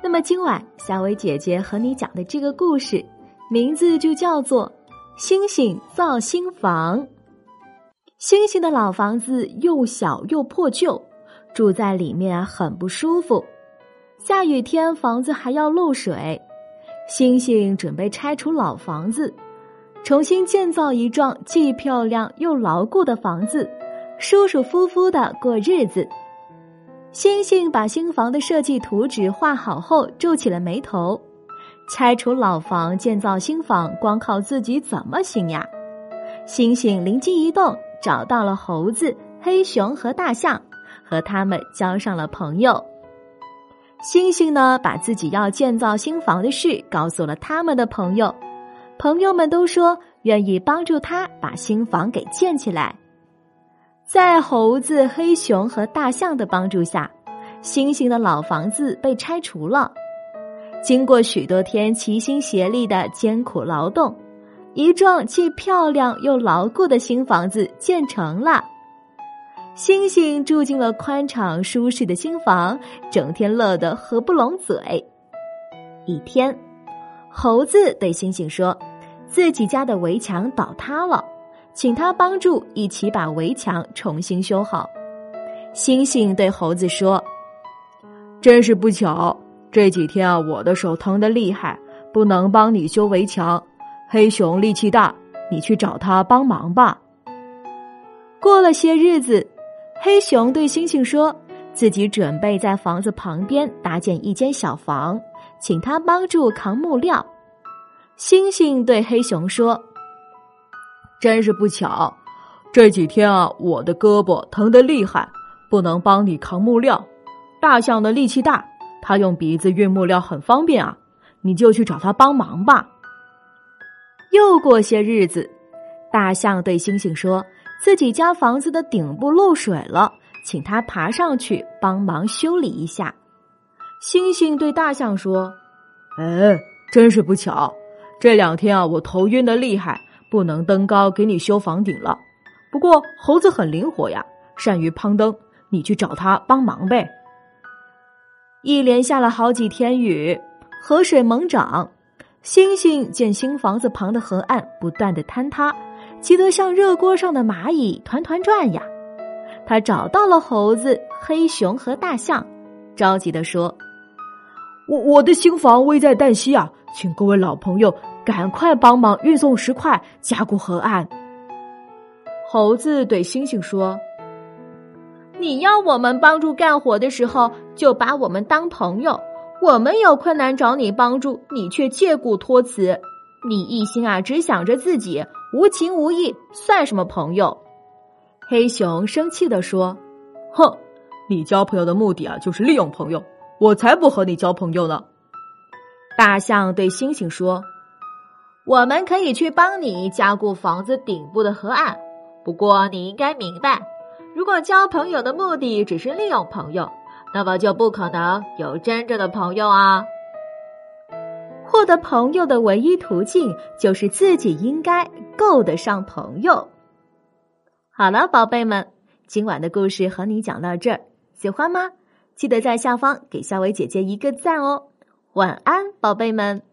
那么今晚夏薇姐姐和你讲的这个故事，名字就叫做星星造新房。星星的老房子又小又破旧，住在里面很不舒服。下雨天房子还要漏水，星星准备拆除老房子，重新建造一幢既漂亮又牢固的房子，舒舒服服地过日子。星星把新房的设计图纸画好后，皱起了眉头。拆除老房建造新房，光靠自己怎么行呀？星星灵机一动，找到了猴子、黑熊和大象，和他们交上了朋友。星星呢，把自己要建造新房的事告诉了他们的朋友，朋友们都说愿意帮助他把新房给建起来。在猴子、黑熊和大象的帮助下，星星的老房子被拆除了。经过许多天齐心协力的艰苦劳动，一幢既漂亮又牢固的新房子建成了。星星住进了宽敞舒适的新房，整天乐得合不拢嘴。一天，猴子对星星说，自己家的围墙倒塌了，请他帮助一起把围墙重新修好。星星对猴子说， 真是不巧，这几天我的手疼得厉害，不能帮你修围墙。黑熊力气大，你去找他帮忙吧。 过了些日子，黑熊对星星说，自己准备在房子旁边搭建一间小房，请他帮助扛木料。星星对黑熊说， 真是不巧，这几天我的胳膊疼得厉害，不能帮你扛木料。大象的力气大，他用鼻子运木料很方便啊，你就去找他帮忙吧。 又过些日子，大象对星星说，自己家房子的顶部漏水了，请他爬上去帮忙修理一下。星星对大象说， 真是不巧，这2天我头晕得厉害，不能登高给你修房顶了。不过猴子很灵活呀，善于攀登，你去找他帮忙呗。 一连下了好几天雨，河水猛涨。星星见新房子旁的河岸不断地坍塌，急得像热锅上的蚂蚁团团转呀。他找到了猴子、黑熊和大象，着急地说， 我的新房危在旦夕啊，请各位老朋友赶快帮忙运送石块加固河岸。 猴子对星星说，你要我们帮助干活的时候，就把我们当朋友，我们有困难找你帮助，你却借故托辞，你一心只想着自己，无情无义，算什么朋友？黑熊生气地说， 哼，你交朋友的目的就是利用朋友，我才不和你交朋友呢。 大象对星星说，我们可以去帮你加固房子顶部的河岸，不过你应该明白，如果交朋友的目的只是利用朋友，那么就不可能有真正的朋友啊。获得朋友的唯一途径就是自己应该够得上朋友。好了，宝贝们，今晚的故事和你讲到这儿，喜欢吗？记得在下方给夏薇姐姐一个赞哦。晚安，宝贝们。